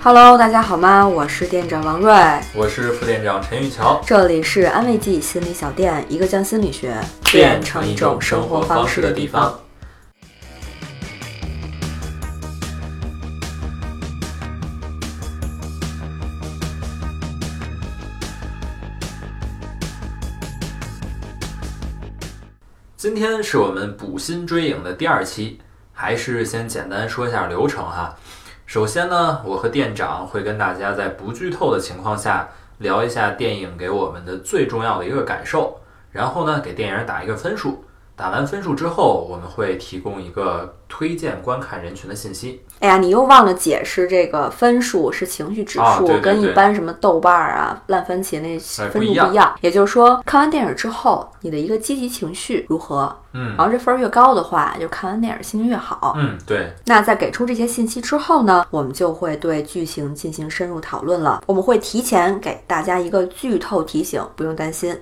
Hello， 大家好吗？我是店长王瑞， 我是副店长陈玉桥， 这里是安慰剂心理小店，一个将心理学变成一种生活方式的地方。 今天是我们补心追影的第2期，还是先简单说一下流程哈。首先呢，我和店长会跟大家在不剧透的情况下聊一下电影给我们的最重要的一个感受，然后呢给电影打一个分数。打完分数之后，我们会提供一个推荐观看人群的信息。 哎呀，你又忘了解释这个分数是情绪指数， 对， 跟一般什么豆瓣啊、烂番茄那分数不一样。也就是说，看完电影之后，你的一个积极情绪如何？然后这分越高的话，就看完电影心情越好。 对。 那在给出这些信息之后呢，我们就会对剧情进行深入讨论了。我们会提前给大家一个剧透提醒，不用担心。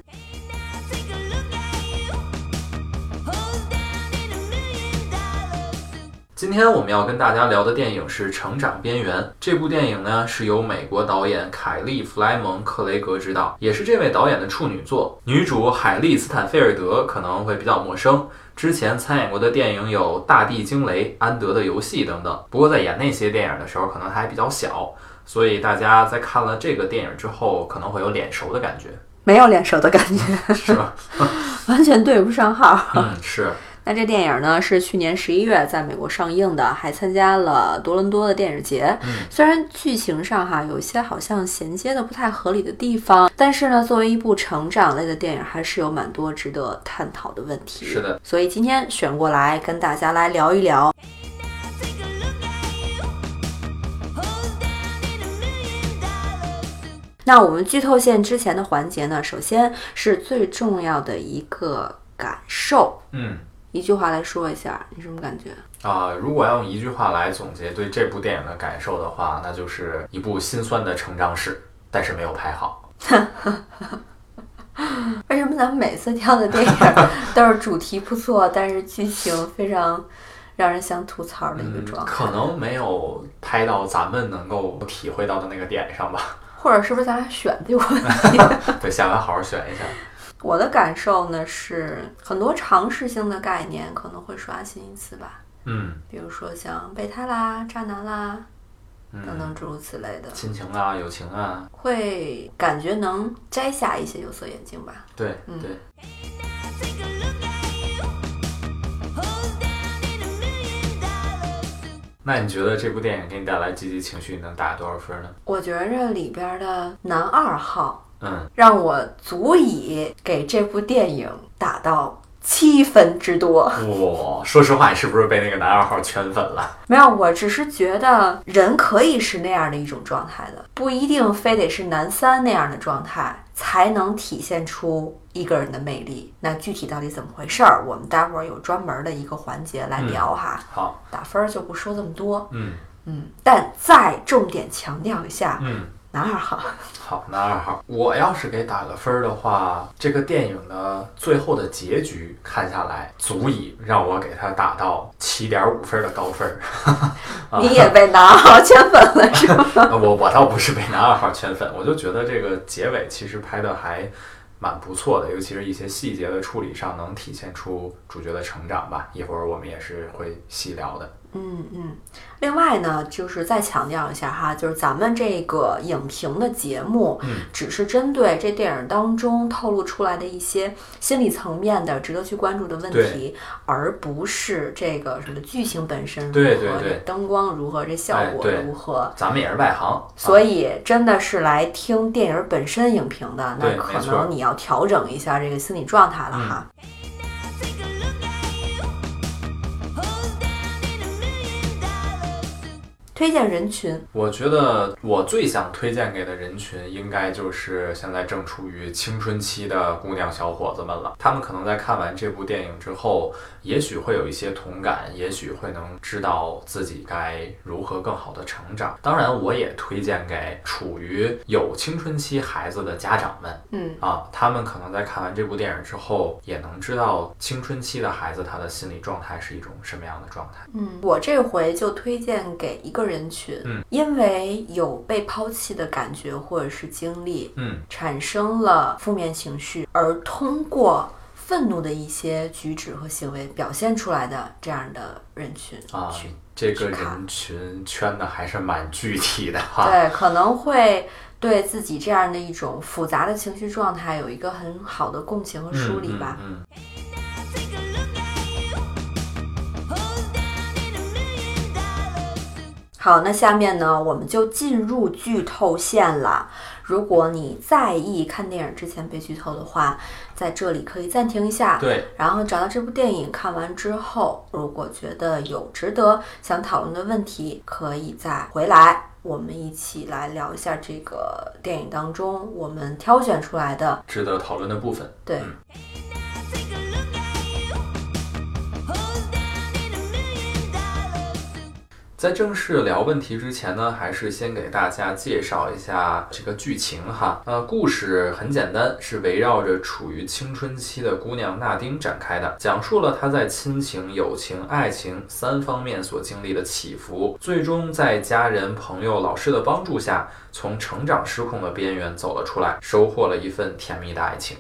今天我们要跟大家聊的电影是《成长边缘》。这部电影呢是由美国导演凯利·弗莱蒙·克雷格执导，也是这位导演的处女作。女主海莉·斯坦菲尔德可能会比较陌生，之前参演过的电影有《大地惊雷》、《安德的游戏》等等。不过在演那些电影的时候可能还比较小，所以大家在看了这个电影之后可能会有脸熟的感觉。 没有脸熟的感觉是吧？ 完全对不上号。 是。 那这电影呢是去年11月在美国上映的，还参加了多伦多的电影节。虽然剧情上有一些好像衔接的不太合理的地方，但是呢作为一部成长类的电影，还是有蛮多值得探讨的问题。 是的， 所以今天选过来跟大家来聊一聊。那我们剧透线之前的环节呢，首先是最重要的一个感受。一句话来说一下，你什么感觉？ 如果要用一句话来总结对这部电影的感受的话，那就是一部心酸的成长史，但是没有拍好。 为什么咱们每次挑的电影都是主题不错，但是剧情非常让人想吐槽的一个状态？ 可能没有拍到咱们能够体会到的那个点上吧。 或者是不是咱俩选的有问题？ 对，下回好好选一下。 我的感受呢是，很多常识性的概念可能会刷新一次吧。比如说像备胎啦、渣男啦，等等诸如此类的。 亲情啊、友情啊， 会感觉能摘下一些有色眼镜吧。 对，对。那你觉得这部电影给你带来积极情绪，你能打多少分呢？ 我觉着这里边的男2号，让我足以给这部电影打到7分之多。 哇，说实话，你是不是被那个男2号圈粉了？ 没有，我只是觉得人可以是那样的一种状态的，不一定非得是男3那样的状态才能体现出一个人的魅力。那具体到底怎么回事儿，我们待会儿有专门的一个环节来聊哈。 好， 打分就不说这么多。但再重点强调一下，男2号。 好，男2号。我要是给打个分的话，这个电影的最后的结局看下来，足以让我给他打到7.5分的高分。 你也被男2号圈粉了是吗？ 我倒不是被男2号圈粉，我就觉得这个结尾其实拍的还蛮不错的，尤其是一些细节的处理上能体现出主角的成长吧。一会儿我们也是会细聊的。 另外呢，就是再强调一下哈，就是咱们这个影评的节目，只是针对这电影当中透露出来的一些心理层面的值得去关注的问题，而不是这个什么剧情本身如何， 对， 灯光如何，这效果如何， 咱们也是外行， 所以真的是来听电影本身影评的，那可能你要调整一下这个心理状态了哈。推荐人群， 我觉得我最想推荐给的人群应该就是现在正处于青春期的姑娘小伙子们了。他们可能在看完这部电影之后，也许会有一些同感，也许会能知道自己该如何更好的成长。当然我也推荐给处于有青春期孩子的家长们，他们可能在看完这部电影之后，也能知道青春期的孩子他的心理状态是一种什么样的状态。 我这回就推荐给一个人人群，因为有被抛弃的感觉或者是经历，产生了负面情绪，而通过愤怒的一些举止和行为表现出来的这样的人群啊，这个人群圈的还是蛮具体的哈。 对，可能会对自己这样的一种复杂的情绪状态有一个很好的共情和梳理吧。好，那下面呢，我们就进入剧透线了。如果你在意看电影之前被剧透的话，在这里可以暂停一下， 对， 然后找到这部电影看完之后，如果觉得有值得想讨论的问题，可以再回来，我们一起来聊一下这个电影当中我们挑选出来的值得讨论的部分。 对。 在正式聊问题之前呢，还是先给大家介绍一下这个剧情哈。故事很简单，是围绕着处于青春期的姑娘纳丁展开的，讲述了她在亲情、友情、爱情3方面所经历的起伏，最终在家人、朋友、老师的帮助下，从成长失控的边缘走了出来，收获了一份甜蜜的爱情。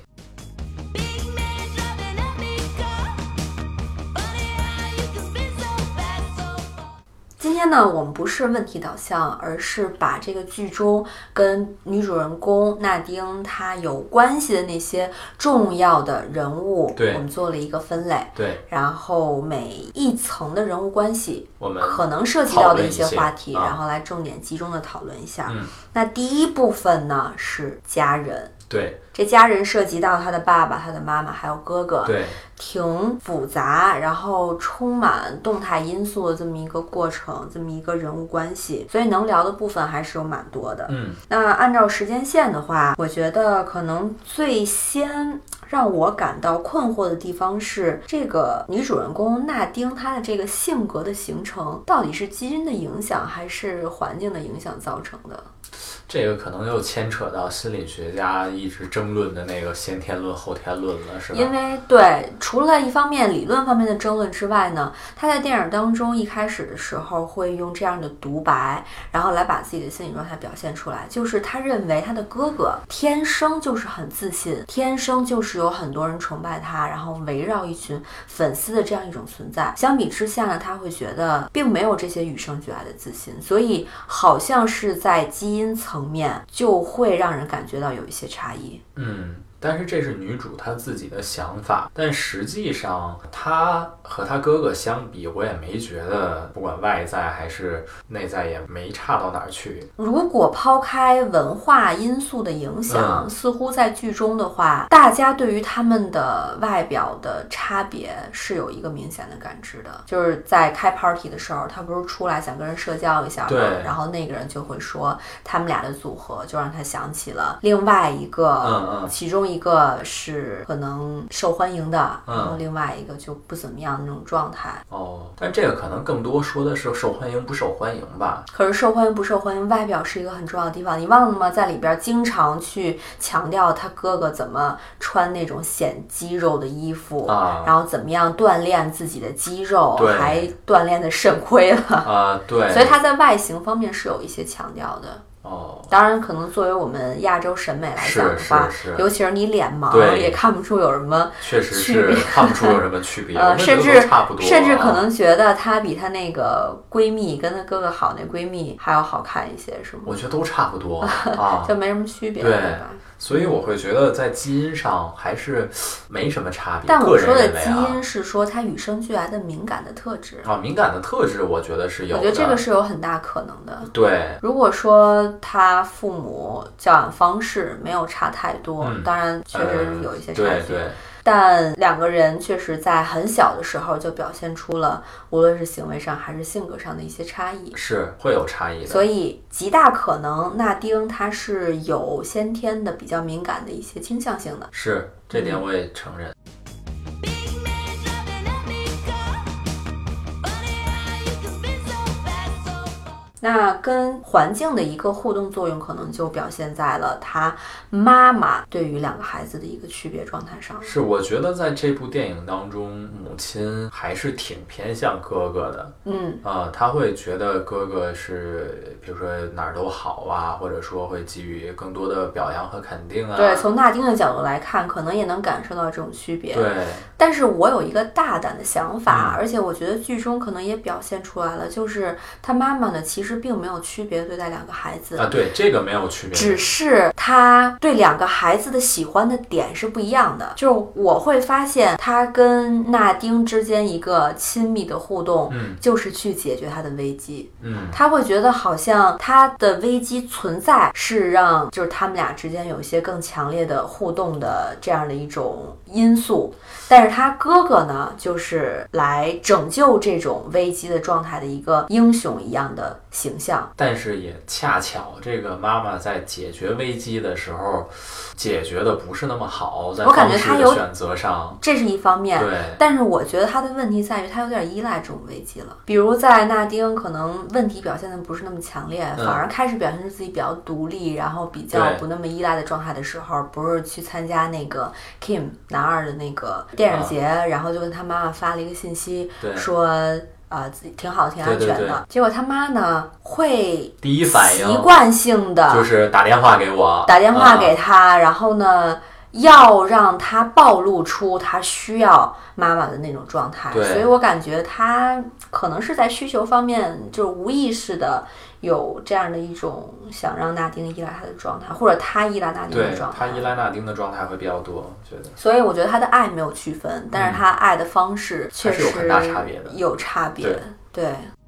今天呢，我们不是问题导向，而是把这个剧中跟女主人公纳丁她有关系的那些重要的人物，我们做了一个分类， 对， 然后每一层的人物关系， 我们可能涉及到的一些话题，然后来重点集中的讨论一下。那第一部分呢是家人。 对， 这家人涉及到他的爸爸、他的妈妈还有哥哥， 对， 挺复杂，然后充满动态因素的这么一个过程，这么一个人物关系，所以能聊的部分还是有蛮多的。那按照时间线的话，我觉得可能最先让我感到困惑的地方是，这个女主人公纳丁她的这个性格的形成，到底是基因的影响还是环境的影响造成的？ 这个可能又牵扯到心理学家一直争论的那个先天论后天论了，是吧？ 因为对，除了一方面理论方面的争论之外呢，他在电影当中一开始的时候会用这样的独白，然后来把自己的心理状态表现出来，就是他认为他的哥哥天生就是很自信，天生就是有很多人崇拜他，然后围绕一群粉丝的这样一种存在。相比之下呢，他会觉得并没有这些与生俱来的自信，所以好像是在基因层面就会让人感觉到有一些差异。 但是这是女主她自己的想法，但实际上她和她哥哥相比，我也没觉得不管外在还是内在也没差到哪儿去。 如果抛开文化因素的影响，似乎在剧中的话，大家对于他们的外表的差别是有一个明显的感知的。就是在开 party 的时候，他不是出来想跟人社交一下吗？ 对， 然后那个人就会说他们俩的组合就让他想起了另外一个，其中一个是可能受欢迎的，然后另外一个就不怎么样的那种状态。 但这个可能更多说的是受欢迎不受欢迎吧。 可是受欢迎不受欢迎，外表是一个很重要的地方。你忘了吗？在里边经常去强调他哥哥怎么穿那种显肌肉的衣服，然后怎么样锻炼自己的肌肉，还锻炼的肾亏了。 对， 所以他在外形方面是有一些强调的。当然可能作为我们亚洲审美来讲的话，尤其是你脸盲，也看不出有什么确实是看不出有什么区别甚至差不多， 甚至可能觉得她比她那个闺蜜跟她哥哥好那闺蜜还要好看一些，是吗？ 我觉得都差不多就没什么区别， 对吧？ 所以我会觉得在基因上还是没什么差别。 但我说的基因是说它与生俱来的敏感的特质敏感的特质我觉得是有的。 我觉得这个是有很大可能的。 对， 如果说他父母教养方式没有差太多，当然确实有一些差距， 对， 但两个人确实在很小的时候就表现出了无论是行为上还是性格上的一些差异， 是会有差异的。 所以极大可能纳丁他是有先天的比较敏感的一些倾向性的， 是这点我也承认。 那跟环境的一个互动作用，可能就表现在了他妈妈对于两个孩子的一个区别状态上。 是，我觉得在这部电影当中，母亲还是挺偏向哥哥的。他会觉得哥哥是，比如说哪儿都好啊，或者说会给予更多的表扬和肯定啊。 对，从纳丁的角度来看，可能也能感受到这种区别。 对， 但是我有一个大胆的想法，而且我觉得剧中可能也表现出来了，就是他妈妈呢，其实并没有区别对待两个孩子啊，对，这个没有区别， 只是他对两个孩子的喜欢的点是不一样的。就是我会发现他跟纳丁之间一个亲密的互动，就是去解决他的危机。他会觉得好像他的危机存在是让就是他们俩之间有一些更强烈的互动的这样的一种因素，但是他哥哥呢，就是来拯救这种危机的状态的一个英雄一样的形象。 但是也恰巧这个妈妈在解决危机的时候解决的不是那么好，在方式的选择上， 这是一方面。 对， 但是我觉得他的问题在于他有点依赖这种危机了。比如在纳丁可能问题表现的不是那么强烈，反而开始表现出自己比较独立，然后比较不那么依赖的状态的时候，不是去参加那个 Kim 男二的那个电影节，然后就跟他妈妈发了一个信息说自己挺好挺安全的。 对， 结果他妈呢会第一反应习惯性的就是打电话给我， 打电话给他，然后呢要让他暴露出他需要妈妈的那种状态。所以我感觉他可能是在需求方面就是无意识的有这样的一种想让纳丁依赖他的状态，或者他依赖纳丁的状态。 对，他依赖纳丁的状态会比较多，我觉得。 所以我觉得他的爱没有区分，但是他爱的方式确实有很大差别的， 有差别。对。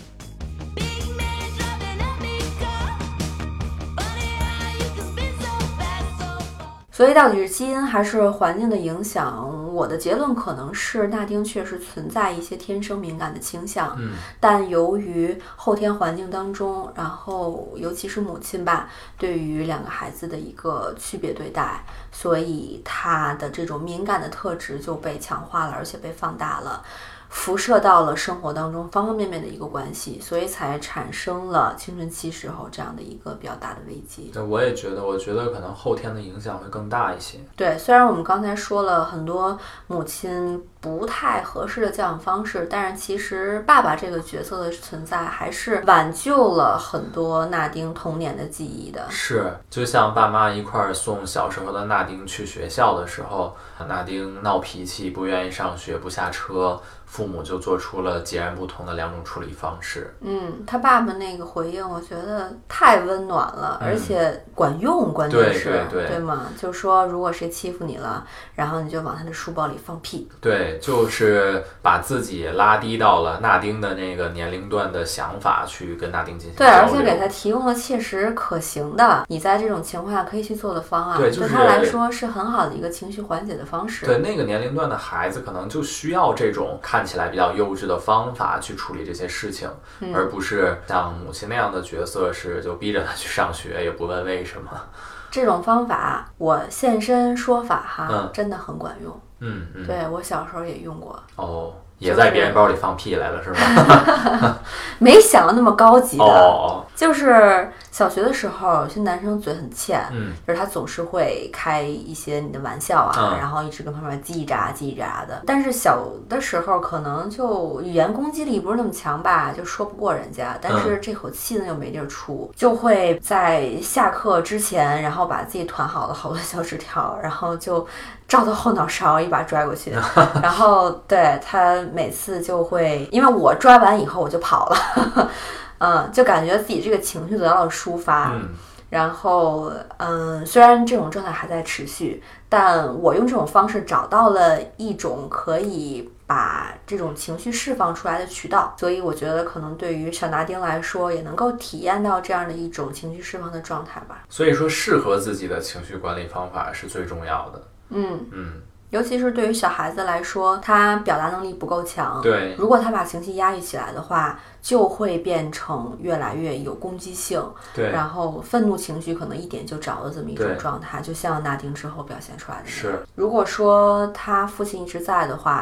所以到底是基因还是环境的影响，我的结论可能是纳丁确实存在一些天生敏感的倾向，但由于后天环境当中，然后尤其是母亲吧，对于两个孩子的一个区别对待，所以他的这种敏感的特质就被强化了，而且被放大了，辐射到了生活当中方方面面的一个关系，所以才产生了青春期时候这样的一个比较大的危机。 对，我也觉得，我觉得可能后天的影响会更大一些。 对，虽然我们刚才说了很多母亲不太合适的教养方式，但是其实爸爸这个角色的存在还是挽救了很多纳丁童年的记忆的。 是，就像爸妈一块儿送小时候的纳丁去学校的时候，纳丁闹脾气，不愿意上学，不下车，父母就做出了截然不同的两种处理方式。 他爸爸那个回应我觉得太温暖了，而且管用，关键是对吗？就说如果谁欺负你了，然后你就往他的书包里放屁。 对，就是把自己拉低到了纳丁的那个年龄段的想法去跟纳丁进行交流。 对，而且给他提供了切实可行的你在这种情况下可以去做的方案， 对他来说是很好的一个情绪缓解的方式。 对，那个年龄段的孩子可能就需要这种看起来比较幼稚的方法去处理这些事情，而不是像母亲那样的角色是就逼着他去上学，也不问为什么。 这种方法我现身说法哈，真的很管用。对，我小时候也用过。 哦，也在别人包里放屁来了是吧？ 没想到那么高级的。就是小学的时候，有些男生嘴很欠，就是他总是会开一些你的玩笑啊，然后一直跟旁边叽喳叽喳的。但是小的时候可能就语言攻击力不是那么强吧，就说不过人家，但是这口气呢又没地儿出，就会在下课之前，然后把自己团好了好多小纸条，然后就照到后脑勺一把拽过去，然后对他每次就会，因为我拽完以后我就跑了。就感觉自己这个情绪得到了抒发，然后虽然这种状态还在持续，但我用这种方式找到了一种可以把这种情绪释放出来的渠道，所以我觉得可能对于小纳丁来说也能够体验到这样的一种情绪释放的状态吧。 所以说适合自己的情绪管理方法是最重要的。 尤其是对于小孩子来说，他表达能力不够强， 对， 如果他把情绪压抑起来的话，就会变成越来越有攻击性， 对， 然后愤怒情绪可能一点就着的这么一种状态，就像纳丁之后表现出来的。 是， 如果说他父亲一直在的话，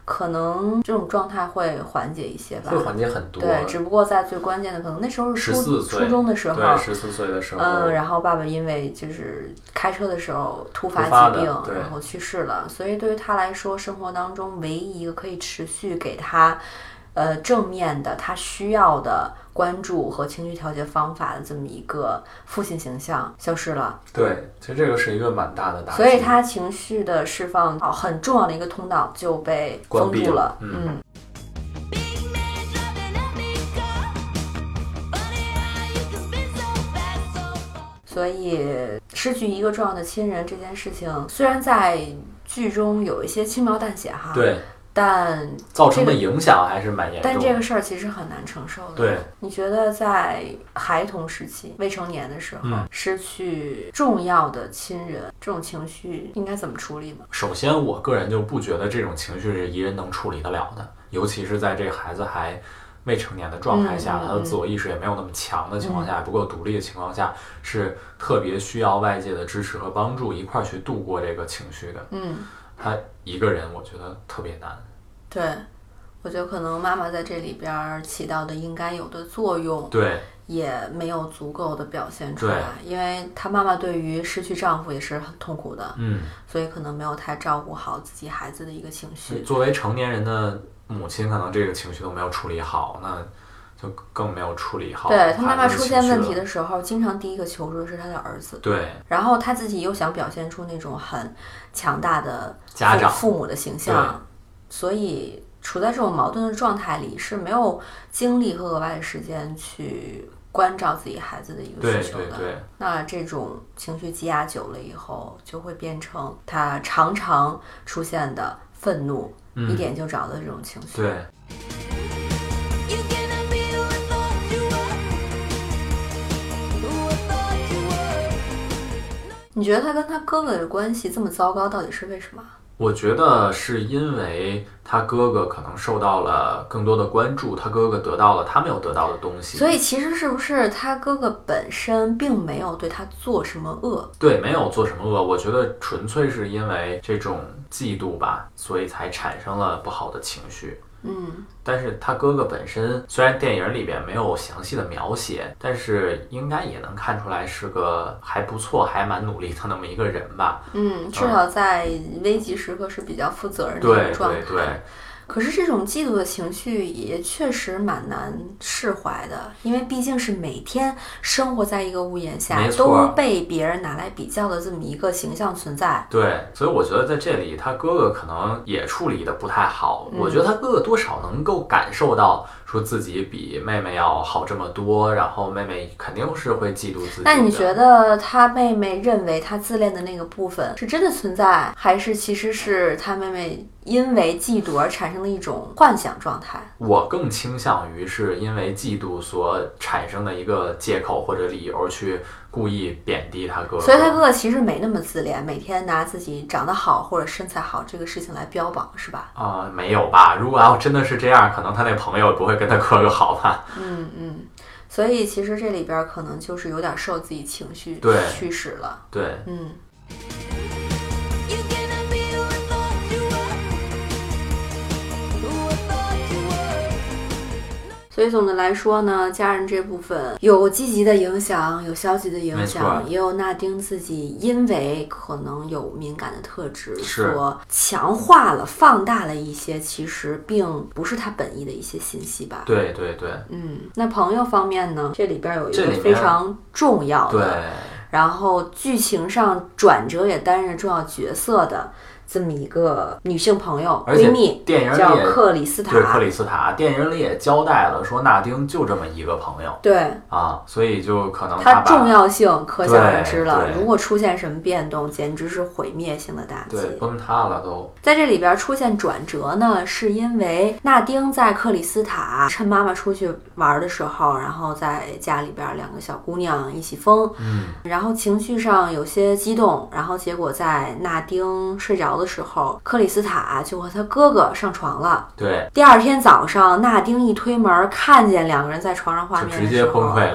可能这种状态会缓解一些吧， 会缓解很多。 对，只不过在最关键的可能那时候是初中的时候， 对，14岁的时候， 然后爸爸因为就是开车的时候突发疾病，然后去世了，所以对于他来说，生活当中唯一一个可以持续给他正面的他需要的关注和情绪调节方法的这么一个父亲形象消失了。 对，其实这个是一个蛮大的打击， 所以他情绪的释放很重要的一个通道就被封住了。所以失去一个重要的亲人这件事情，虽然在剧中有一些轻描淡写哈， 对， 但造成的影响还是蛮严重的。 但这个事儿其实很难承受的。 对， 你觉得在孩童时期、未成年的时候，失去重要的亲人，这种情绪应该怎么处理呢？ 首先，我个人就不觉得这种情绪是一人能处理得了的，尤其是在这个孩子还未成年的状态下，他的自我意识也没有那么强的情况下，不够独立的情况下，是特别需要外界的支持和帮助一块儿去度过这个情绪的。他一个人我觉得特别难。 对，我觉得可能妈妈在这里边起到的应该有的作用， 对， 也没有足够的表现出来，因为她妈妈对于失去丈夫也是很痛苦的，所以可能没有太照顾好自己孩子的一个情绪。 作为成年人的母亲，可能这个情绪都没有处理好，那就更没有处理好。 对，她妈妈出现问题的时候，经常第一个求助的是她的儿子。 对， 然后她自己又想表现出那种很强大的家长父母的形象，所以处在这种矛盾的状态里，是没有精力和额外的时间去关照自己孩子的一个需求的。 对， 那这种情绪积压久了以后，就会变成他常常出现的愤怒，一点就着的这种情绪。 对。 你觉得他跟他哥哥的关系这么糟糕，到底是为什么？ 我觉得是因为他哥哥可能受到了更多的关注，他哥哥得到了他没有得到的东西。 所以其实是不是他哥哥本身并没有对他做什么恶？ 对，没有做什么恶，我觉得纯粹是因为这种嫉妒吧，所以才产生了不好的情绪。但是他哥哥本身虽然电影里边没有详细的描写，但是应该也能看出来是个还不错还蛮努力的那么一个人吧。 至少在危急时刻是比较负责任的一个状态。 对。 可是这种嫉妒的情绪也确实蛮难释怀的，因为毕竟是每天生活在一个屋檐下，都被别人拿来比较的这么一个形象存在。 对，所以我觉得在这里他哥哥可能也处理的不太好。我觉得他哥哥多少能够感受到说自己比妹妹要好这么多，然后妹妹肯定是会嫉妒自己的。 那你觉得他妹妹认为他自恋的那个部分是真的存在，还是其实是他妹妹因为嫉妒而产生的一种幻想状态？ 我更倾向于是因为嫉妒所产生的一个借口或者理由去故意贬低他哥哥。 所以他哥哥其实没那么自恋，每天拿自己长得好或者身材好这个事情来标榜，是吧？ 没有吧，如果要真的是这样，可能他那朋友也不会跟他哥哥好吧。 所以其实这里边可能就是有点受自己情绪驱使了。 对。 所以总的来说呢，家人这部分有积极的影响，有消极的影响，也有纳丁自己因为可能有敏感的特质所强化了、放大了一些其实并不是他本意的一些信息吧。 对。 那朋友方面呢，这里边有一个非常重要的，然后剧情上转折也担任重要角色的这么一个女性朋友闺蜜，叫克里斯塔。 对，克里斯塔。电影里也交代了，说纳丁就这么一个朋友。 对所以就可能它重要性可想而知了。如果出现什么变动，简直是毁灭性的打击， 对，崩塌了都。 在这里边出现转折呢，是因为纳丁在克里斯塔趁妈妈出去玩的时候，然后在家里边两个小姑娘一起疯，然后情绪上有些激动，然后结果在纳丁睡着的时候，克里斯塔就和他哥哥上床了。 对。 第二天早上，纳丁一推门看见两个人在床上画面的时候， 就直接崩溃了。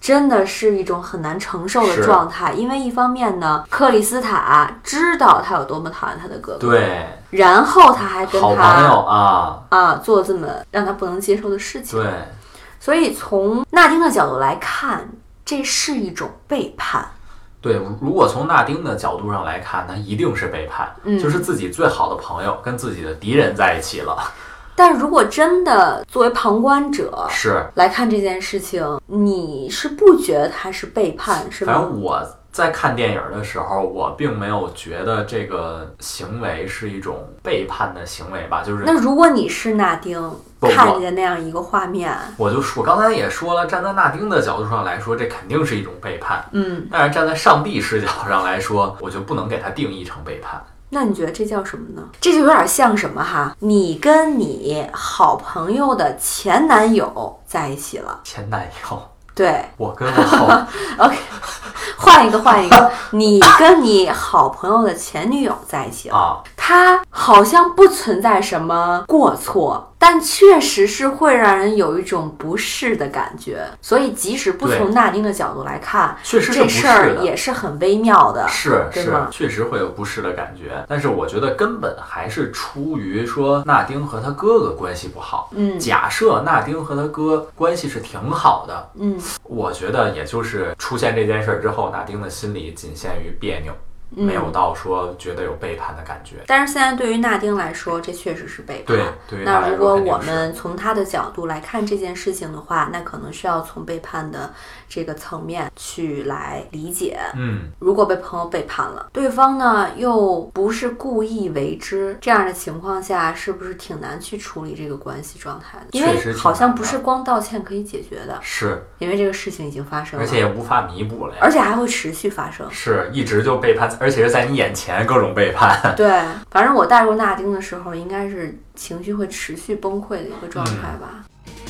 真的是一种很难承受的状态。因为一方面呢，克里斯塔知道他有多么讨厌他的哥哥， 对， 然后他还跟他好朋友做这么让他不能接受的事情。 对， 所以从纳丁的角度来看，这是一种背叛。 对，如果从纳丁的角度上来看，那一定是背叛，就是自己最好的朋友跟自己的敌人在一起了。 但如果真的作为旁观者是来看这件事情，你是不觉得他是背叛，是吗？ 反正我在看电影的时候，我并没有觉得这个行为是一种背叛的行为吧。就是那如果你是纳丁，看见那样一个画面， 我刚才也说了，站在纳丁的角度上来说，这肯定是一种背叛。但是站在上帝视角上来说，我就不能给它定义成背叛。 那你觉得这叫什么呢？这就有点像什么哈？你跟你好朋友的前男友在一起了。 前男友？ 对， 我跟我好 OK， 换一个，你跟你好朋友的前女友在一起了，他好像不存在什么过错，但确实是会让人有一种不适的感觉。所以即使不从纳丁的角度来看， 确实是这事儿也是很微妙的， 是对吗？ 确实会有不适的感觉。但是我觉得根本还是出于说纳丁和他哥哥关系不好。假设纳丁和他哥关系是挺好的，我觉得也就是出现这件事之后，纳丁的心里仅限于别扭，没有到说觉得有背叛的感觉。 但是现在对于纳丁来说，这确实是背叛。 对， 那如果我们从他的角度来看这件事情的话，那可能需要从背叛的这个层面去来理解。如果被朋友背叛了，对方呢又不是故意为之，这样的情况下，是不是挺难去处理这个关系状态的？因为好像不是光道歉可以解决的， 是因为这个事情已经发生了， 而且也无法弥补了呀， 而且还会持续发生， 是一直就背叛，而且是在你眼前各种背叛。 对，反正我带入纳丁的时候，应该是情绪会持续崩溃的一个状态吧。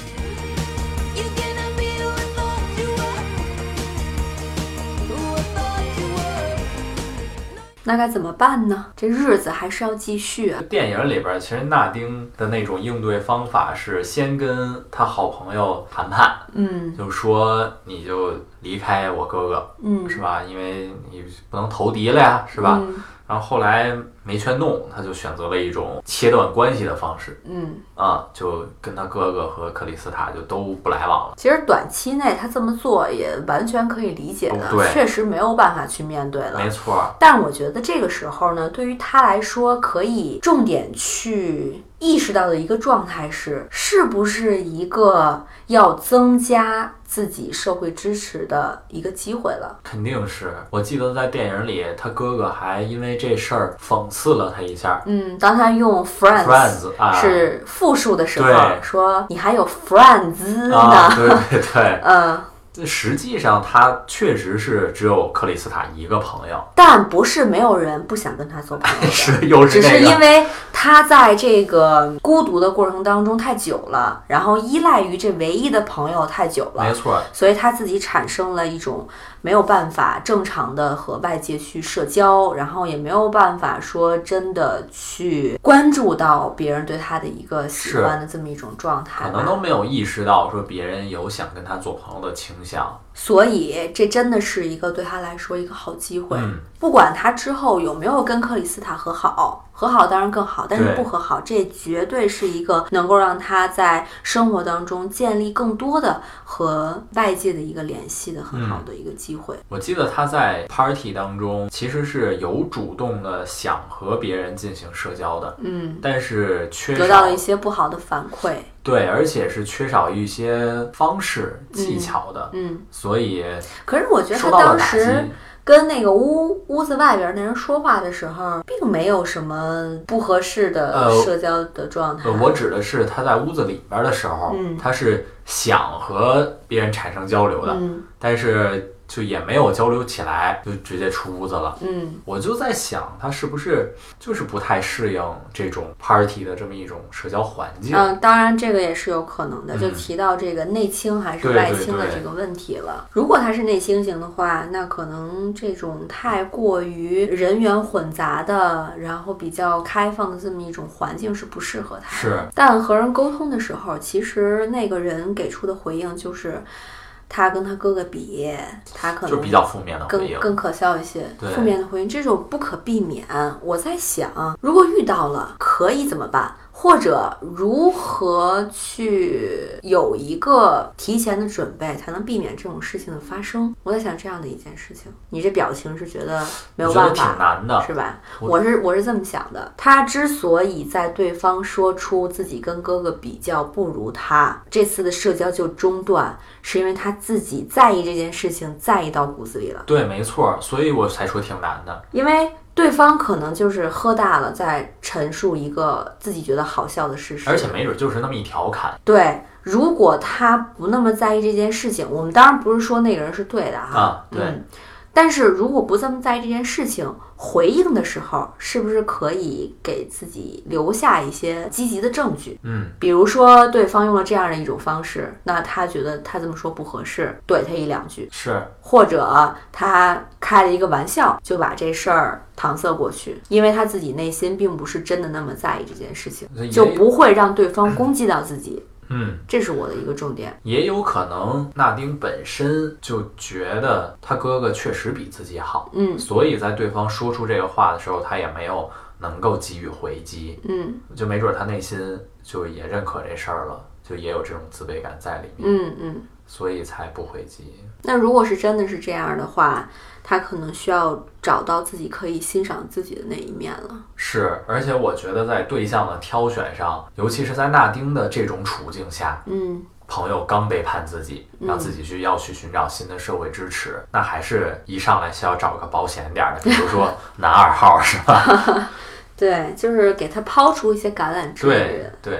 那该怎么办呢？这日子还是要继续啊。 电影里边其实纳丁的那种应对方法是先跟他好朋友谈判，就说你就离开我哥哥，是吧？因为你不能投敌了呀，是吧？然后后来没劝动，他就选择了一种切断关系的方式，就跟他哥哥和克里斯塔就都不来往了。 其实短期内他这么做也完全可以理解的，确实没有办法去面对了， 没错。 但我觉得这个时候呢，对于他来说，可以重点去意识到的一个状态是不是一个要增加自己社会支持的一个机会了。 肯定是。我记得在电影里，他哥哥还因为这事儿讽刺了他一下。 当他用 friends 是复数的时候，说你还有 friends 呢。 对，实际上他确实是只有克里斯塔一个朋友， 但不是没有人不想跟他做朋友的， 只是因为他在这个孤独的过程当中太久了，然后依赖于这唯一的朋友太久了， 没错， 所以他自己产生了一种没有办法正常的和外界去社交，然后也没有办法说真的去关注到别人对他的一个喜欢的这么一种状态， 可能都没有意识到说别人有想跟他做朋友的倾向。 所以这真的是一个对他来说一个好机会，不管他之后有没有跟克里斯塔和好当然更好，但是不和好，这绝对是一个能够让他在生活当中建立更多的和外界的一个联系的很好的一个机会。 我记得他在 party 当中其实是有主动的想和别人进行社交的，但是得到了一些不好的反馈， 对，而且是缺少一些方式技巧的，所以可是我觉得他当时跟那个屋子外边那人说话的时候，并没有什么不合适的社交的状态。 我指的是他在屋子里边的时候，他是想和别人产生交流的，但是就也没有交流起来，就直接出屋子了。我就在想，他是不是就是不太适应这种 party 的这么一种社交环境？ 当然这个也是有可能的，就提到这个内倾还是外倾的这个问题了。如果他是内倾型的话，那可能这种太过于人员混杂的，然后比较开放的这么一种环境是不适合他的。 是， 但和人沟通的时候，其实那个人给出的回应就是他跟他哥哥比，他可能就比较负面的回应， 更可笑一些。 对， 负面的回应这种不可避免。我在想，如果遇到了，可以怎么办？或者如何去有一个提前的准备，才能避免这种事情的发生？我在想这样的一件事情。你这表情是觉得没有办法， 挺难的， 是吧？我是这么想的。他之所以在对方说出自己跟哥哥比较不如他，这次的社交就中断，是因为他自己在意这件事情，在意到骨子里了。 对，没错，所以我才说挺难的。 因为对方可能就是喝大了，在陈述一个自己觉得好笑的事实， 而且没准就是那么一调侃。 对，如果他不那么在意这件事情，我们当然不是说那个人是对的哈， 对。 但是如果不这么在意这件事情，回应的时候是不是可以给自己留下一些积极的证据？比如说对方用了这样的一种方式，那他觉得他这么说不合适，怼他一两句， 是， 或者他开了一个玩笑，就把这事儿搪塞过去，因为他自己内心并不是真的那么在意这件事情，就不会让对方攻击到自己。这是我的一个重点。 也有可能纳丁本身就觉得他哥哥确实比自己好，所以在对方说出这个话的时候，他也没有能够给予回击，就没准他内心就也认可这事儿了，就也有这种自卑感在里面，所以才不回击。 那如果是真的是这样的话，他可能需要找到自己可以欣赏自己的那一面了。 是，而且我觉得在对象的挑选上，尤其是在纳丁的这种处境下，朋友刚背叛自己，让自己要去寻找新的社会支持，那还是一上来是要找个保险点的，比如说男2号是吧？ 对，就是给他抛出一些橄榄枝。 对，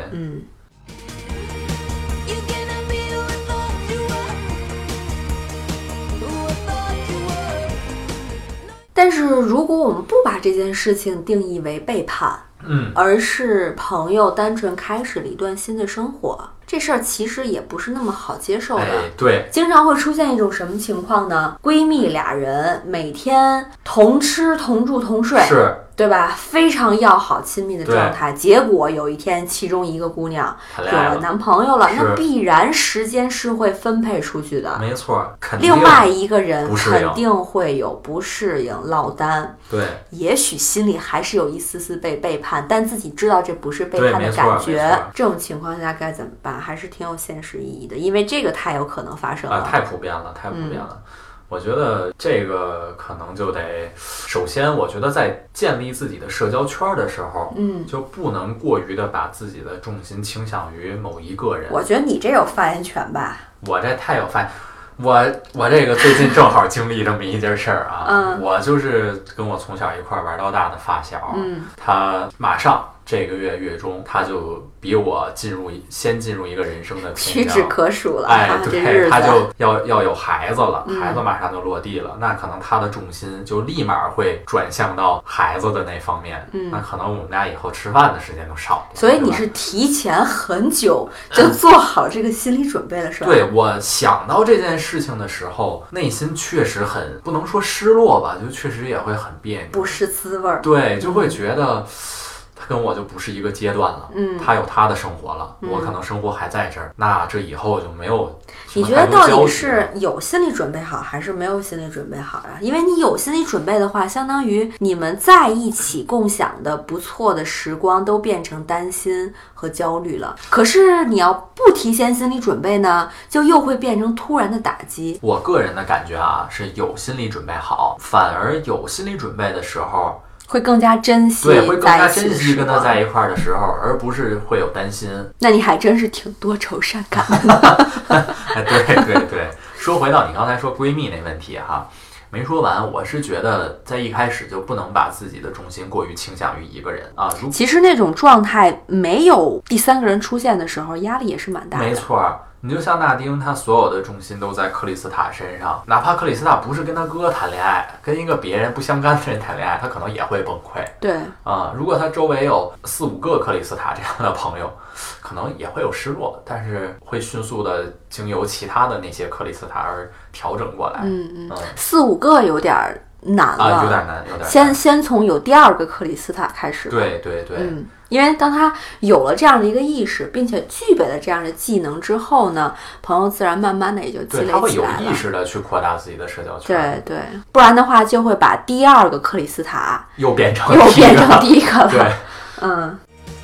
但是如果我们不把这件事情定义为背叛，而是朋友单纯开始了一段新的生活，这事儿其实也不是那么好接受的。 对， 经常会出现一种什么情况呢？闺蜜俩人每天同吃同住同睡， 是， 对吧？非常要好亲密的状态，结果有一天其中一个姑娘有了男朋友了，那必然时间是会分配出去的， 没错，肯定另外一个人肯定会有不适应落单， 对， 也许心里还是有一丝丝被背叛，但自己知道这不是背叛的感觉，这种情况下该怎么办？还是挺有现实意义的，因为这个太有可能发生了， 太普遍了。我觉得这个可能就得，首先我觉得在建立自己的社交圈的时候，就不能过于的把自己的重心倾向于某一个人。 我觉得你这有发言权吧？ 我这太有发言，我这个最近正好经历这么一件事儿啊，我就是跟我从小一块玩到大的发小，他马上这个月中他就比我先进入一个人生的屈指可数了。 对，他就要有孩子了，孩子马上就落地了，那可能他的重心就立马会转向到孩子的那方面，那可能我们俩以后吃饭的时间就少了。 所以你是提前很久就做好这个心理准备了，是吧？ 对，我想到这件事情的时候，内心确实很，不能说失落吧，就确实也会很别扭， 不是滋味儿。 对，就会觉得他跟我就不是一个阶段了，他有他的生活了，我可能生活还在这儿，那这以后就没有。 你觉得到底是有心理准备好还是没有心理准备好呀？因为你有心理准备的话，相当于你们在一起共享的不错的时光都变成担心和焦虑了。可是你要不提前心理准备呢，就又会变成突然的打击。 我个人的感觉啊，是有心理准备好，反而有心理准备的时候会更加珍惜， 对，会更加珍惜跟他在一块儿的时候，而不是会有担心。 那你还真是挺多愁善感的。 对，说回到你刚才说闺蜜那问题哈，没说完。我是觉得在一开始就不能把自己的重心过于倾向于一个人啊。 其实那种状态没有第三个人出现的时候，压力也是蛮大的。 没错。你就像纳丁，他所有的重心都在克里斯塔身上，哪怕克里斯塔不是跟他哥谈恋爱，跟一个别人不相干的人谈恋爱，他可能也会崩溃。 对啊，如果他周围有4-5个克里斯塔这样的朋友，可能也会有失落，但是会迅速的经由其他的那些克里斯塔而调整过来。 4-5个有点难了， 有点难。 先从有第2个克里斯塔开始。 对， 因为当他有了这样的一个意识，并且具备了这样的技能之后呢，朋友自然慢慢的也就积累起来了。 对，他会有意识的去扩大自己的社交圈。 对对，不然的话就会把第二个克里斯塔又变成第一个了。 对， 嗯。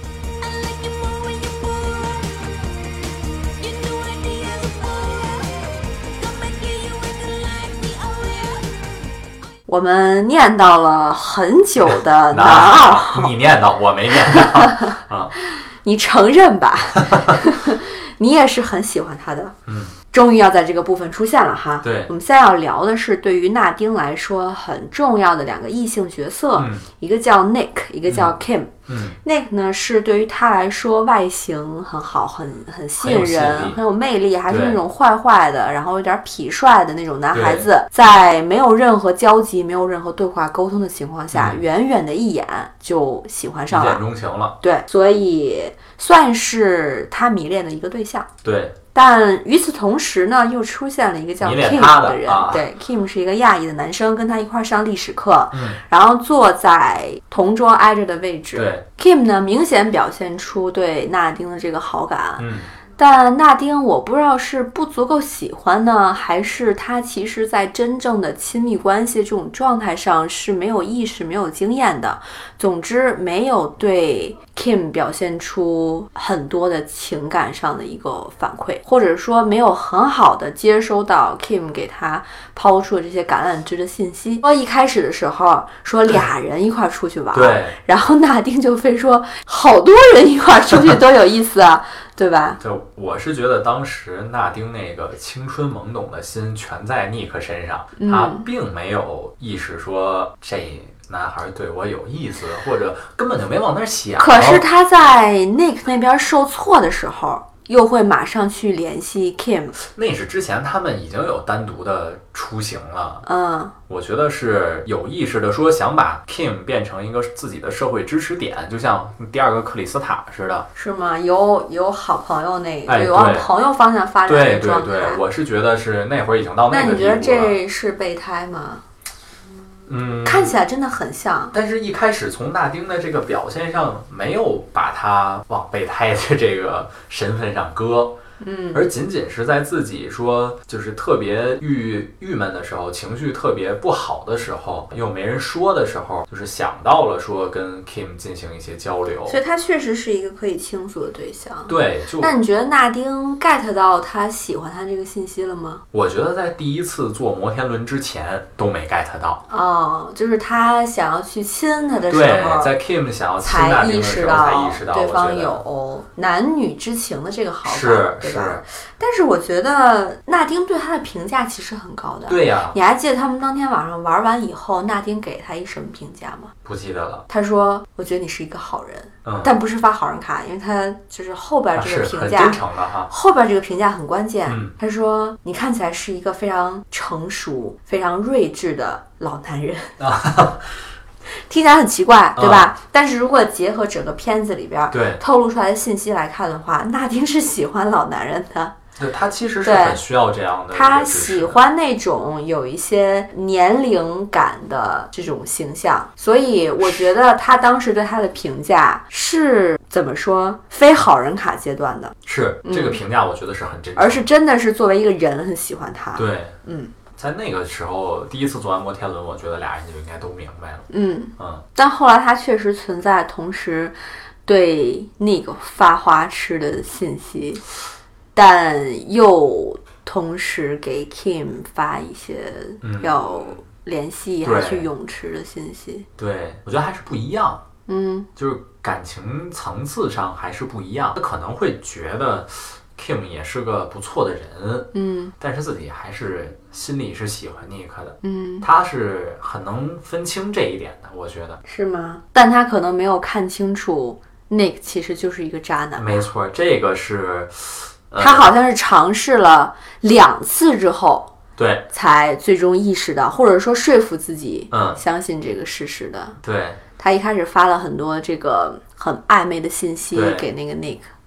我们念叨了很久的男二号， 你念叨，我没念叨啊。 你承认吧？你也是很喜欢他的。终于要在这个部分出现了哈。 对， 我们现在要聊的是对于纳丁来说很重要的两个异性角色，一个叫 Nick， 一个叫 Kim。Nick 呢是对于他来说外形很好，很吸引人，很有魅力，还是那种坏坏的，然后有点痞帅的那种男孩子，在没有任何交集、没有任何对话沟通的情况下，远远的一眼就喜欢上了， 一见钟情了。 对，所以算是他迷恋的一个对象。 对。 但与此同时呢，又出现了一个叫 Kim 的人。对 ，Kim 是一个亚裔的男生，跟他一块上历史课，然后坐在同桌挨着的位置。 对 ，Kim 呢明显表现出对纳丁的这个好感。但纳丁我不知道是不足够喜欢呢，还是他其实在真正的亲密关系这种状态上是没有意识、没有经验的。总之，没有对 Kim 表现出很多的情感上的一个反馈，或者说没有很好的接收到 Kim 给他抛出的这些橄榄枝的信息。说一开始的时候说俩人一块出去玩， 对， 然后纳丁就非说好多人一块出去多有意思啊。对吧？ 对，我是觉得当时纳丁那个青春懵懂的心全在尼克身上，他并没有意识说这男孩对我有意思，或者根本就没往那儿想。 可是他在 Nick 那边受挫的时候，又会马上去联系 Kim。 那是之前他们已经有单独的出行了。我觉得是有意识的说想把 Kim 变成一个自己的社会支持点，就像第二个克里斯塔似的。 是吗？有好朋友那个，有往朋友方向发展的状态。 对，我是觉得是那会儿已经到那个地步了。 那你觉得这是备胎吗？看起来真的很像， 但是一开始从纳丁的这个表现上，没有把他往备胎的这个身份上搁。而仅仅是在自己说就是特别郁闷的时候，情绪特别不好的时候，又没人说的时候，就是想到了说跟 Kim 进行一些交流， 所以他确实是一个可以倾诉的对象。 对， 那你觉得纳丁 get 到他喜欢他这个信息了吗？ 我觉得在第一次坐摩天轮之前都没 get 到。 就是他想要去亲他的时候， 对，在 Kim 想要亲纳丁的时候才意识到对方有男女之情的这个好感，对吧？但是我觉得纳丁对他的评价其实很高的。 对呀， 你还记得他们当天晚上玩完以后，纳丁给他一什么评价吗？ 不记得了。 他说：“我觉得你是一个好人。”但不是发好人卡，因为他就是后边这个评价， 是很真诚的哈。 后边这个评价很关键。他说：“你看起来是一个非常成熟、非常睿智的老男人。”听起来很奇怪，对吧？但是如果结合整个片子里边透露出来的信息来看的话，纳丁是喜欢老男人的。 对，他其实是很需要这样的。 他喜欢那种有一些年龄感的这种形象，所以我觉得他当时对他的评价是怎么说？非好人卡阶段的。 是这个评价，我觉得是很真诚， 而是真的是作为一个人很喜欢他。 对，在那个时候第一次坐完摩天轮，我觉得俩人就应该都明白了。 但后来他确实存在同时对那个发花痴的信息，但又同时给 Kim 发一些要联系还去泳池的信息。 对，我觉得还是不一样。就是感情层次上还是不一样。他可能会觉得Kim 也是个不错的人，但是自己还是心里是喜欢 Nick 的，他是很能分清这一点的，我觉得是吗？但他可能没有看清楚 Nick 其实就是一个渣男。 没错，这个是他好像是尝试了2次之后， 对， 才最终意识到，或者说说服自己，相信这个事实的。 对， 他一开始发了很多这个很暧昧的信息给那个 Nick。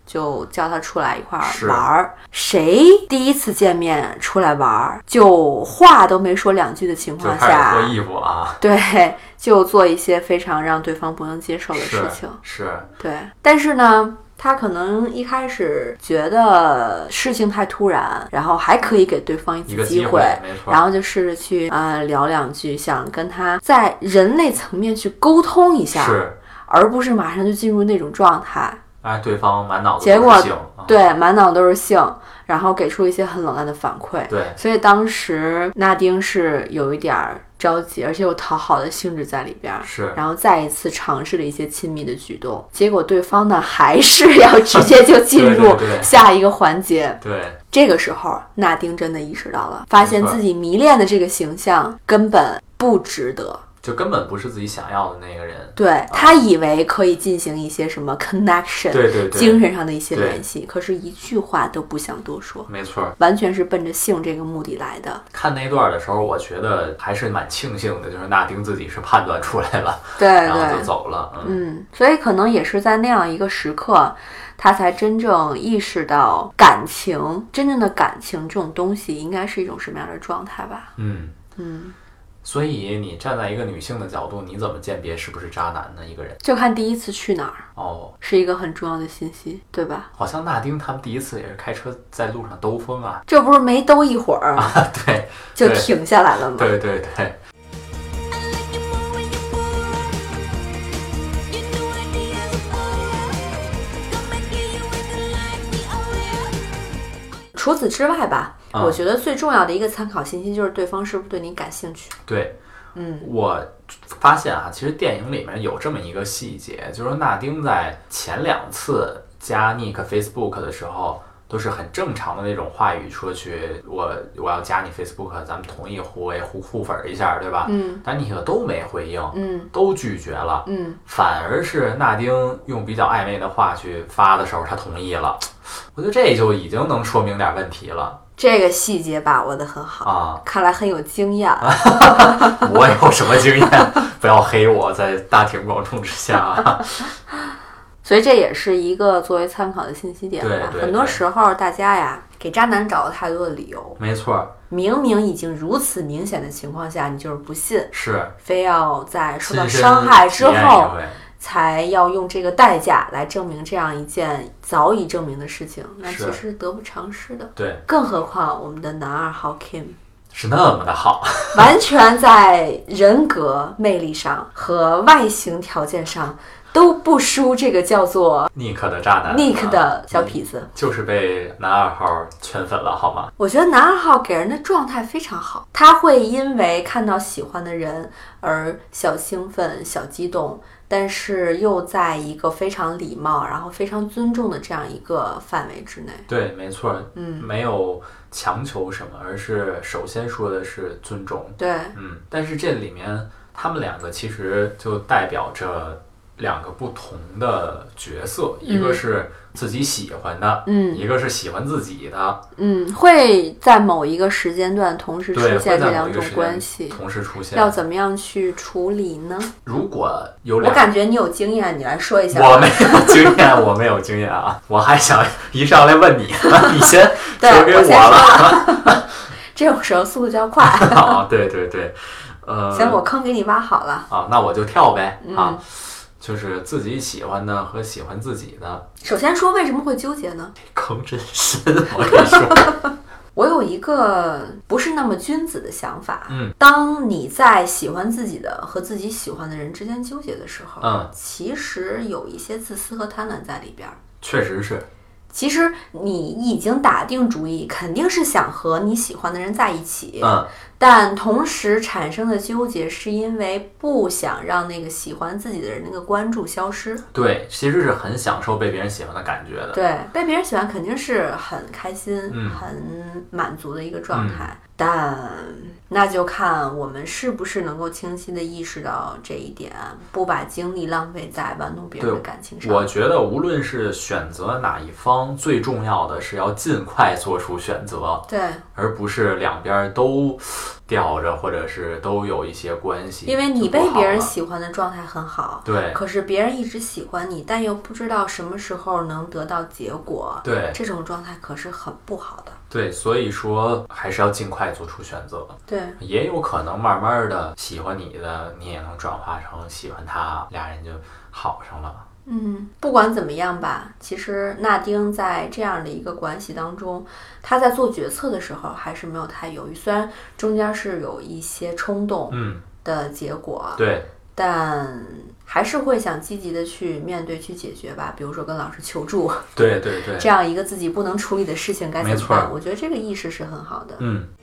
就叫他出来一块儿玩儿。谁第一次见面出来玩儿，就话都没说两句的情况下， 就开始脱衣服啊， 对，就做一些非常让对方不能接受的事情。 是， 对。但是呢，他可能一开始觉得事情太突然，然后还可以给对方一次机会，然后就试着去聊两句，想跟他在人类层面去沟通一下， 是， 而不是马上就进入那种状态。 对方满脑子结果都是性， 对，满脑都是性，然后给出一些很冷淡的反馈。 对， 所以当时纳丁是有一点着急，而且有讨好的性质在里边， 是， 然后再一次尝试了一些亲密的举动，结果对方呢还是要直接就进入下一个环节。 对， 这个时候纳丁真的意识到了，发现自己迷恋的这个形象根本不值得。 就根本不是自己想要的那个人， 对，他以为可以进行一些什么 connection， 对， 精神上的一些联系，可是一句话都不想多说， 没错， 完全是奔着性这个目的来的。 看那段的时候，我觉得还是蛮庆幸的，就是纳丁自己是判断出来了， 对， 然后就走了。 所以可能也是在那样一个时刻，他才真正意识到感情，真正的感情这种东西应该是一种什么样的状态吧。 所以你站在一个女性的角度，你怎么鉴别是不是渣男呢？一个人就看第一次去哪儿是一个很重要的信息，对吧？ 好像纳丁他们第一次也是开车在路上兜风啊， 这不是没兜一会儿对， 就停下来了吗？ 对。 除此之外吧，我觉得最重要的一个参考信息就是对方是不是对你感兴趣。 对，我发现其实电影里面有这么一个细节，就是纳丁在前2次加 Nick Facebook 的时候，都是很正常的那种话语，说去我要加你 Facebook， 咱们同意互粉一下，对吧？但 Nick 都没回应，都拒绝了，反而是纳丁用比较暧昧的话去发的时候，他同意了。我觉得这就已经能说明点问题了。 这个细节把握得很好看来很有经验。 我有什么经验？不要黑我，在大庭广众之下所以这也是一个作为参考的信息点吧。 对， 很多时候大家呀给渣男找了太多的理由。 没错， 明明已经如此明显的情况下，你就是不信， 是非要在受到伤害之后才要用这个代价来证明这样一件早已证明的事情，那其实得不偿失的。 对， 更何况我们的男二号 Kim 是那么的好， 完全在人格魅力上和外形条件上都不输这个叫做 Nick 的渣男 Nick 的小痞子， 就是被男2号圈粉了，好吗？ 我觉得男2号给人的状态非常好，他会因为看到喜欢的人而小兴奋、小激动，但是又在一个非常礼貌然后非常尊重的这样一个范围之内。 对，没错，没有强求什么，而是首先说的是尊重。 对， 但是这里面他们2个其实就代表着2个不同的角色，一个是自己喜欢的，一个是喜欢自己的， 会在某一个时间段同时出现这2种关系， 同时出现， 要怎么样去处理呢？ 如果有我感觉你有经验，你来说一下。 我没有经验，我没有经验啊！我还想一上来问你，你先说给我了。 这种时候速度就要快。 对， 行，我坑给你挖好了那我就跳呗就是自己喜欢的和喜欢自己的。 首先说为什么会纠结呢？ 坑真深，我跟你说。 我有一个不是那么君子的想法，当你在喜欢自己的和自己喜欢的人之间纠结的时候，其实有一些自私和贪婪在里边。 确实是。 其实你已经打定主意，肯定是想和你喜欢的人在一起，但同时产生的纠结是因为不想让那个喜欢自己的人那个关注消失。 对，其实是很享受被别人喜欢的感觉的。 对，被别人喜欢肯定是很开心、很满足的一个状态。但那就看我们是不是能够清晰地意识到这一点，不把精力浪费在玩弄别人的感情上。 我觉得无论是选择哪一方，最重要的是要尽快做出选择， 对， 而不是两边都吊着，或者是都有一些关系。 因为你被别人喜欢的状态很好， 对， 可是别人一直喜欢你，但又不知道什么时候能得到结果， 对， 这种状态可是很不好的。 对，所以说还是要尽快做出选择。 对， 也有可能慢慢的喜欢你的，你也能转化成喜欢他，俩人就好上了。 不管怎么样吧，其实那丁在这样的一个关系当中，他在做决策的时候还是没有太犹豫，虽然中间是有一些冲动的结果， 对， 但还是会想积极的去面对、去解决吧。比如说跟老师求助， 对对对， 这样一个自己不能处理的事情该怎么办？我觉得这个意识是很好的。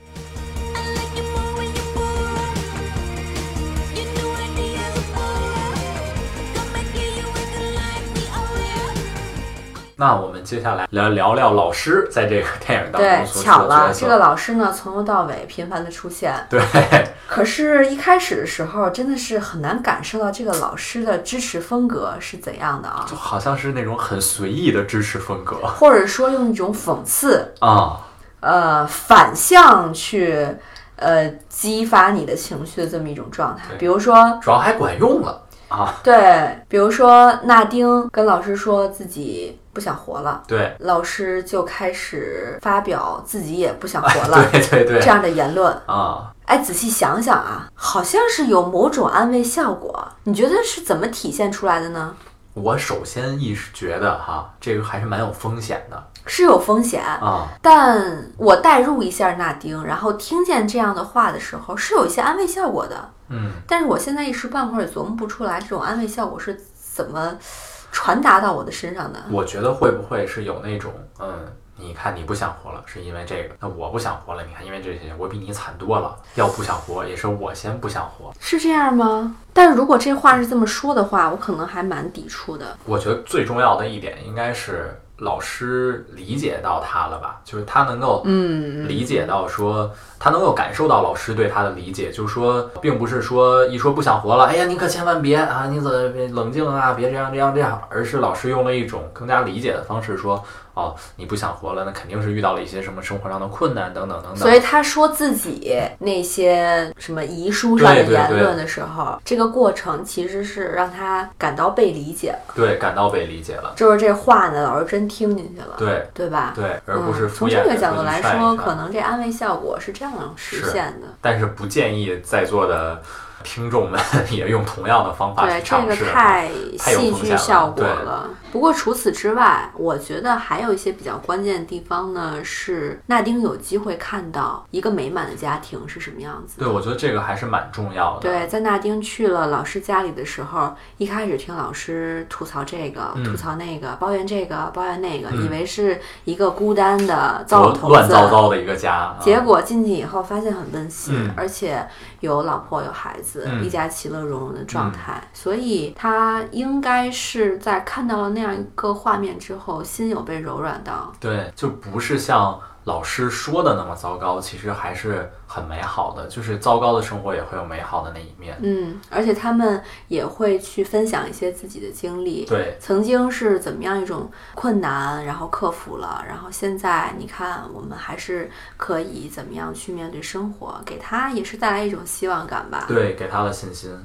那我们接下来聊聊老师在这个电影当中所巧了，这个老师呢从头到尾频繁的出现。 对。 可是，一开始的时候真的是很难感受到这个老师的支持风格是怎样的啊？ 就好像是那种很随意的支持风格， 或者说用一种讽刺反向去激发你的情绪的这么一种状态。比如说， 主要还管用了。 对，比如说那丁跟老师说自己不想活了， 对， 老师就开始发表自己也不想活了， 对对对， 这样的言论啊。 仔细想想啊，好像是有某种安慰效果。你觉得是怎么体现出来的呢？ 我首先觉得这个还是蛮有风险的。 是有风险但我代入一下那丁，然后听见这样的话的时候，是有一些安慰效果的。但是我现在一时半会儿也琢磨不出来，这种安慰效果是怎么传达到我的身上的。 我觉得会不会是有那种你看你不想活了是因为这个，那我不想活了，你看因为这些我比你惨多了，要不想活也是我先不想活， 是这样吗？但是如果这话是这么说的话，我可能还蛮抵触的。 我觉得最重要的一点应该是老师理解到他了吧，就是他能够理解到说他能够感受到老师对他的理解，就是说并不是说一说不想活了，哎呀你可千万别你怎么冷静啊，别这样，而是老师用了一种更加理解的方式说你不想活了，那肯定是遇到了一些什么生活上的困难等等等等。 所以他说自己那些什么遗书上的言论的时候，这个过程其实是让他感到被理解了。 对，感到被理解了。 就是这话呢，老师真听进去了。 对吧？ 对，而不是从这个角度来说，可能这安慰效果是这样实现的。 但是不建议在座的听众们也用同样的方法去尝试， 这个太戏剧效果了。不过除此之外，我觉得还有一些比较关键的地方呢，是那丁有机会看到一个美满的家庭是什么样子的。 对，我觉得这个还是蛮重要的。 对，在那丁去了老师家里的时候，一开始听老师吐槽这个、吐槽那个，抱怨这个抱怨那个，以为是一个孤单的糟老头子， 乱糟糟的一个家。 结果进去以后发现很温馨，而且有老婆有孩子，一家其乐融融的状态。所以他应该是在看到了那样一个画面之后，心有被柔软到。 对，就不是像老师说的那么糟糕，其实还是很美好的，就是糟糕的生活也会有美好的那一面。 而且他们也会去分享一些自己的经历， 对， 曾经是怎么样一种困难，然后克服了，然后现在你看我们还是可以怎么样去面对生活，给他也是带来一种希望感吧。 对，给他的信心。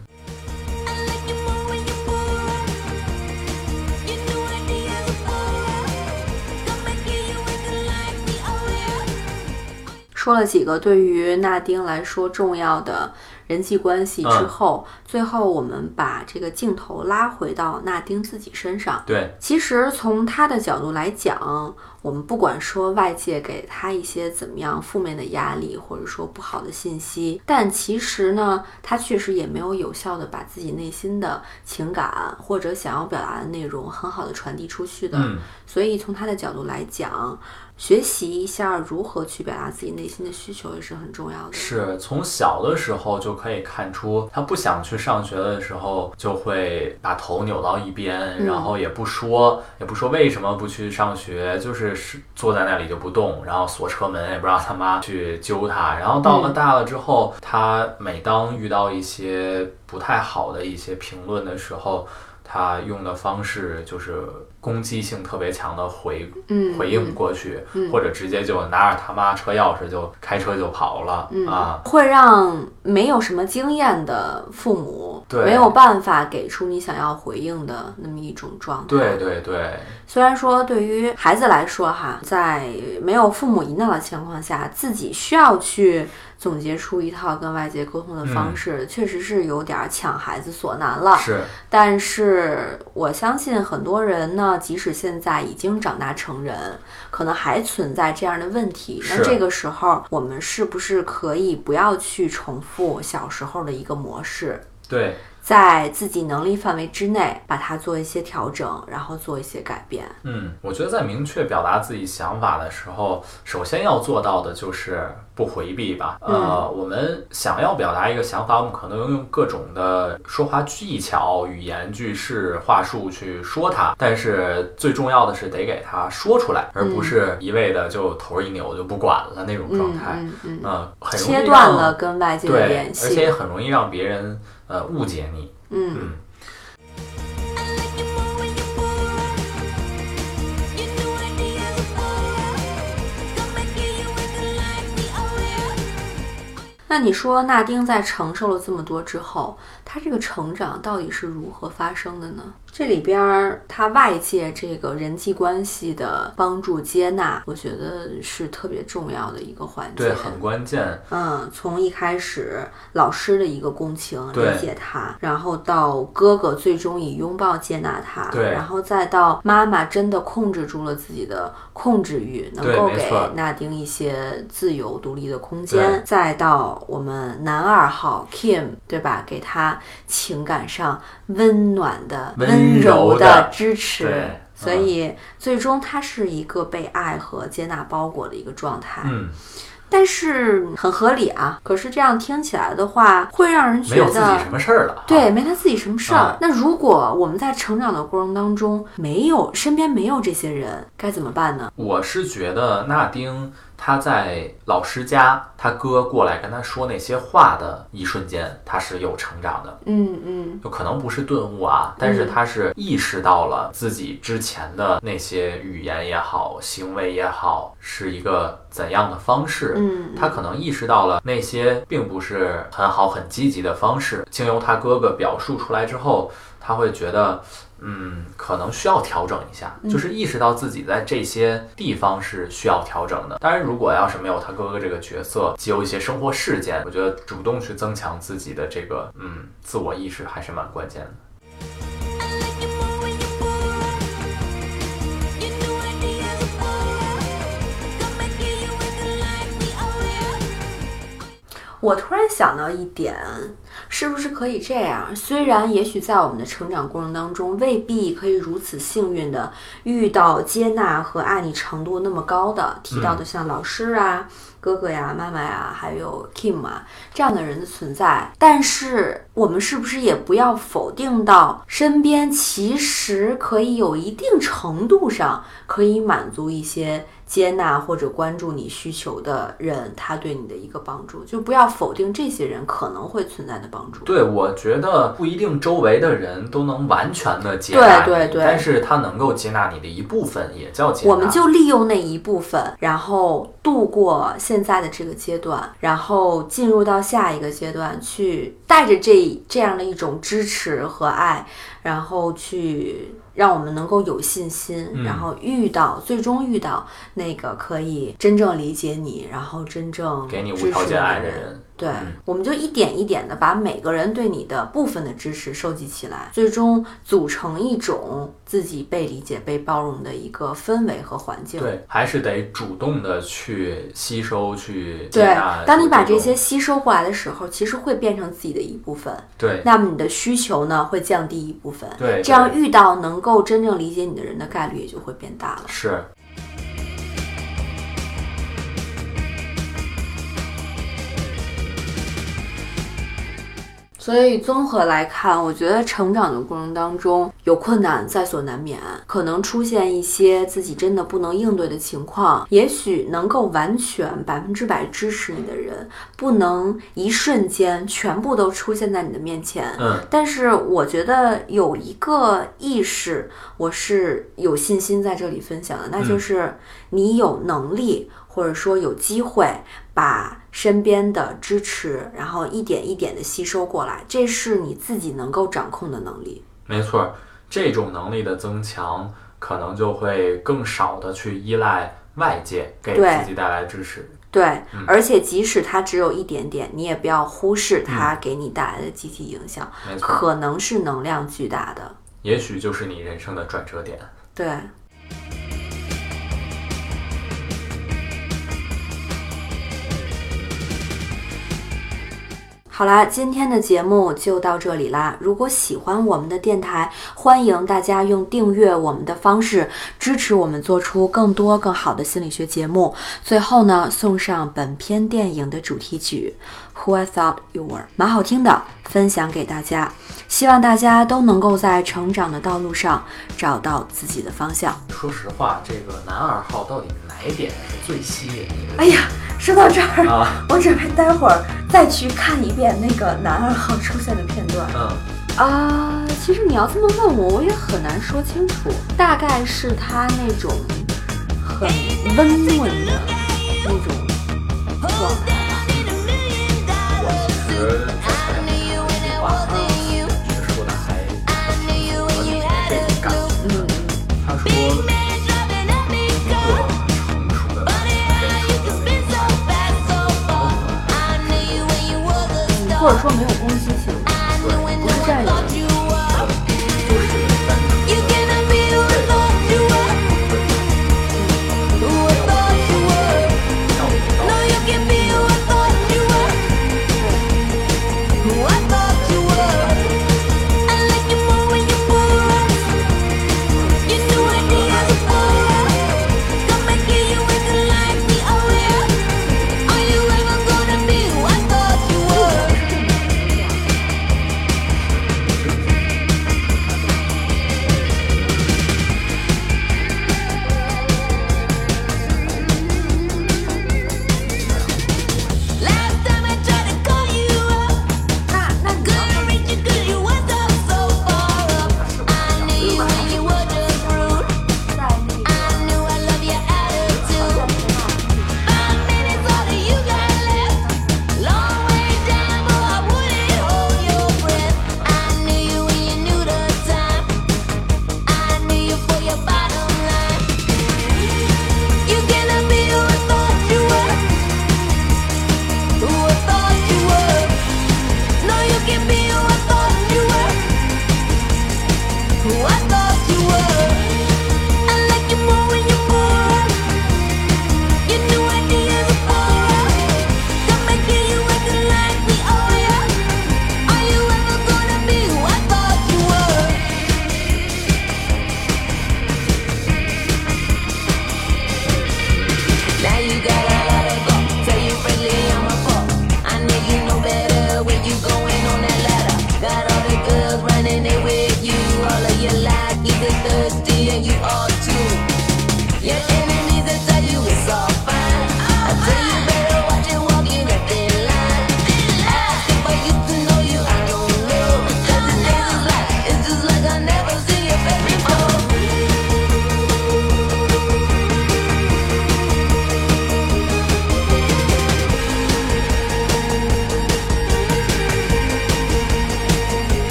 说了几个对于那丁来说重要的人际关系之后，最后我们把这个镜头拉回到那丁自己身上。 对， 其实从他的角度来讲，我们不管说外界给他一些怎么样负面的压力，或者说不好的信息，但其实呢，他确实也没有有效的把自己内心的情感或者想要表达的内容很好的传递出去的。所以从他的角度来讲，学习一下如何去表达自己内心的需求也是很重要的。 是从小的时候就可以看出，他不想去上学的时候，就会把头扭到一边，然后也不说为什么不去上学，就是坐在那里就不动，然后锁车门，也不让他妈去揪他。然后到了大了之后，他每当遇到一些不太好的一些评论的时候， 他用的方式就是攻击性特别强的回应过去，或者直接就拿着他妈车钥匙就开车就跑了啊， 会让没有什么经验的父母没有办法给出你想要回应的那么一种状态。 对对对， 虽然说对于孩子来说哈，在没有父母引导的情况下，自己需要去总结出一套跟外界沟通的方式，确实是有点抢孩子所难了。 是， 但是我相信很多人呢，即使现在已经长大成人，可能还存在这样的问题。那这个时候，我们是不是可以不要去重复小时候的一个模式？ 对。 在自己能力范围之内把它做一些调整，然后做一些改变。 我觉得在明确表达自己想法的时候，首先要做到的就是不回避吧。我们想要表达一个想法，我们可能用各种的说话技巧、语言句式、话术去说它，但是最重要的是得给它说出来，而不是一味的就头一扭就不管了那种状态。很容易切断了跟外界的联系， 而且也很容易让别人误解你。 那你说纳丁在承受了这么多之后，他这个成长到底是如何发生的呢？这里边他外界这个人际关系的帮助接纳，我觉得是特别重要的一个环节， 对，很关键。 从一开始老师的一个共情理解他，然后到哥哥最终以拥抱接纳他， 对， 然后再到妈妈真的控制住了自己的控制欲，能够给纳丁一些自由独立的空间，再到我们男二号 Kim， 对吧？给他情感上温暖的温柔的支持，所以最终他是一个被爱和接纳包裹的一个状态。但是很合理啊，可是这样听起来的话，会让人觉得没有自己什么事儿了。 对，没他自己什么事儿。那如果我们在成长的过程当中身边没有这些人，该怎么办呢？ 我是觉得纳丁他在老师家，他哥过来跟他说那些话的一瞬间，他是有成长的。就可能不是顿悟啊，但是他是意识到了自己之前的那些语言也好，行为也好，是一个怎样的方式。他可能意识到了那些并不是很好很积极的方式，经由他哥哥表述出来之后，他会觉得可能需要调整一下，就是意识到自己在这些地方是需要调整的。当然，如果要是没有他哥哥这个角色，既有一些生活事件，我觉得主动去增强自己的这个自我意识还是蛮关键的。 我突然想到一点，是不是可以这样？虽然也许在我们的成长过程当中，未必可以如此幸运的遇到接纳和爱你程度那么高的，提到的像老师啊、哥哥呀、妈妈呀，还有 Kim 啊这样的人的存在，但是我们是不是也不要否定到身边其实可以有一定程度上可以满足一些接纳或者关注你需求的人，他对你的一个帮助，就不要否定这些人可能会存在的帮助。 对，我觉得不一定周围的人都能完全的接纳你， 对， 但是他能够接纳你的一部分也叫接纳。 我们就利用那一部分，然后度过现在的这个阶段，然后进入到下一个阶段，去带着这样的一种支持和爱，然后去让我们能够有信心，然后最终遇到那个可以真正理解你，然后真正给你无条件爱的人。 对，我们就一点一点的把每个人对你的部分的支持收集起来，最终组成一种自己被理解、被包容的一个氛围和环境。 对，还是得主动的去吸收、去接纳。 对，当你把这些吸收过来的时候，其实会变成自己的一部分。 对， 那么你的需求呢会降低一部分。 对， 这样遇到能够真正理解你的人的概率也就会变大了。 是。 所以综合来看，我觉得成长的过程当中有困难在所难免，可能出现一些自己真的不能应对的情况，也许能够完全100%支持你的人，不能一瞬间全部都出现在你的面前。但是我觉得有一个意识，我是有信心在这里分享的，那就是你有能力，或者说有机会把身边的支持，然后一点一点的吸收过来，这是你自己能够掌控的能力。 没错，这种能力的增强，可能就会更少的去依赖外界给自己带来支持。 对，而且即使它只有一点点，你也不要忽视它给你带来的积极影响，可能是能量巨大的， 也许就是你人生的转折点。 对。好啦，今天的节目就到这里啦。如果喜欢我们的电台，欢迎大家用订阅我们的方式支持我们做出更多更好的心理学节目。最后呢，送上本片电影的主题曲 Who I Thought You Were， 蛮好听的，分享给大家。希望大家都能够在成长的道路上找到自己的方向。 说实话，这个男二号到底哪一点是最吸引你的？ 哎呀，说到这儿，我准备待会儿再去看一遍那个男二号出现的片段。其实你要这么问我，我也很难说清楚。大概是他那种很温润的那种状态吧。 我其实在看那句话，觉得说的还和你的这种感觉。他说，一个成熟的男人变成了一个或者说没有攻击性，不是这样的。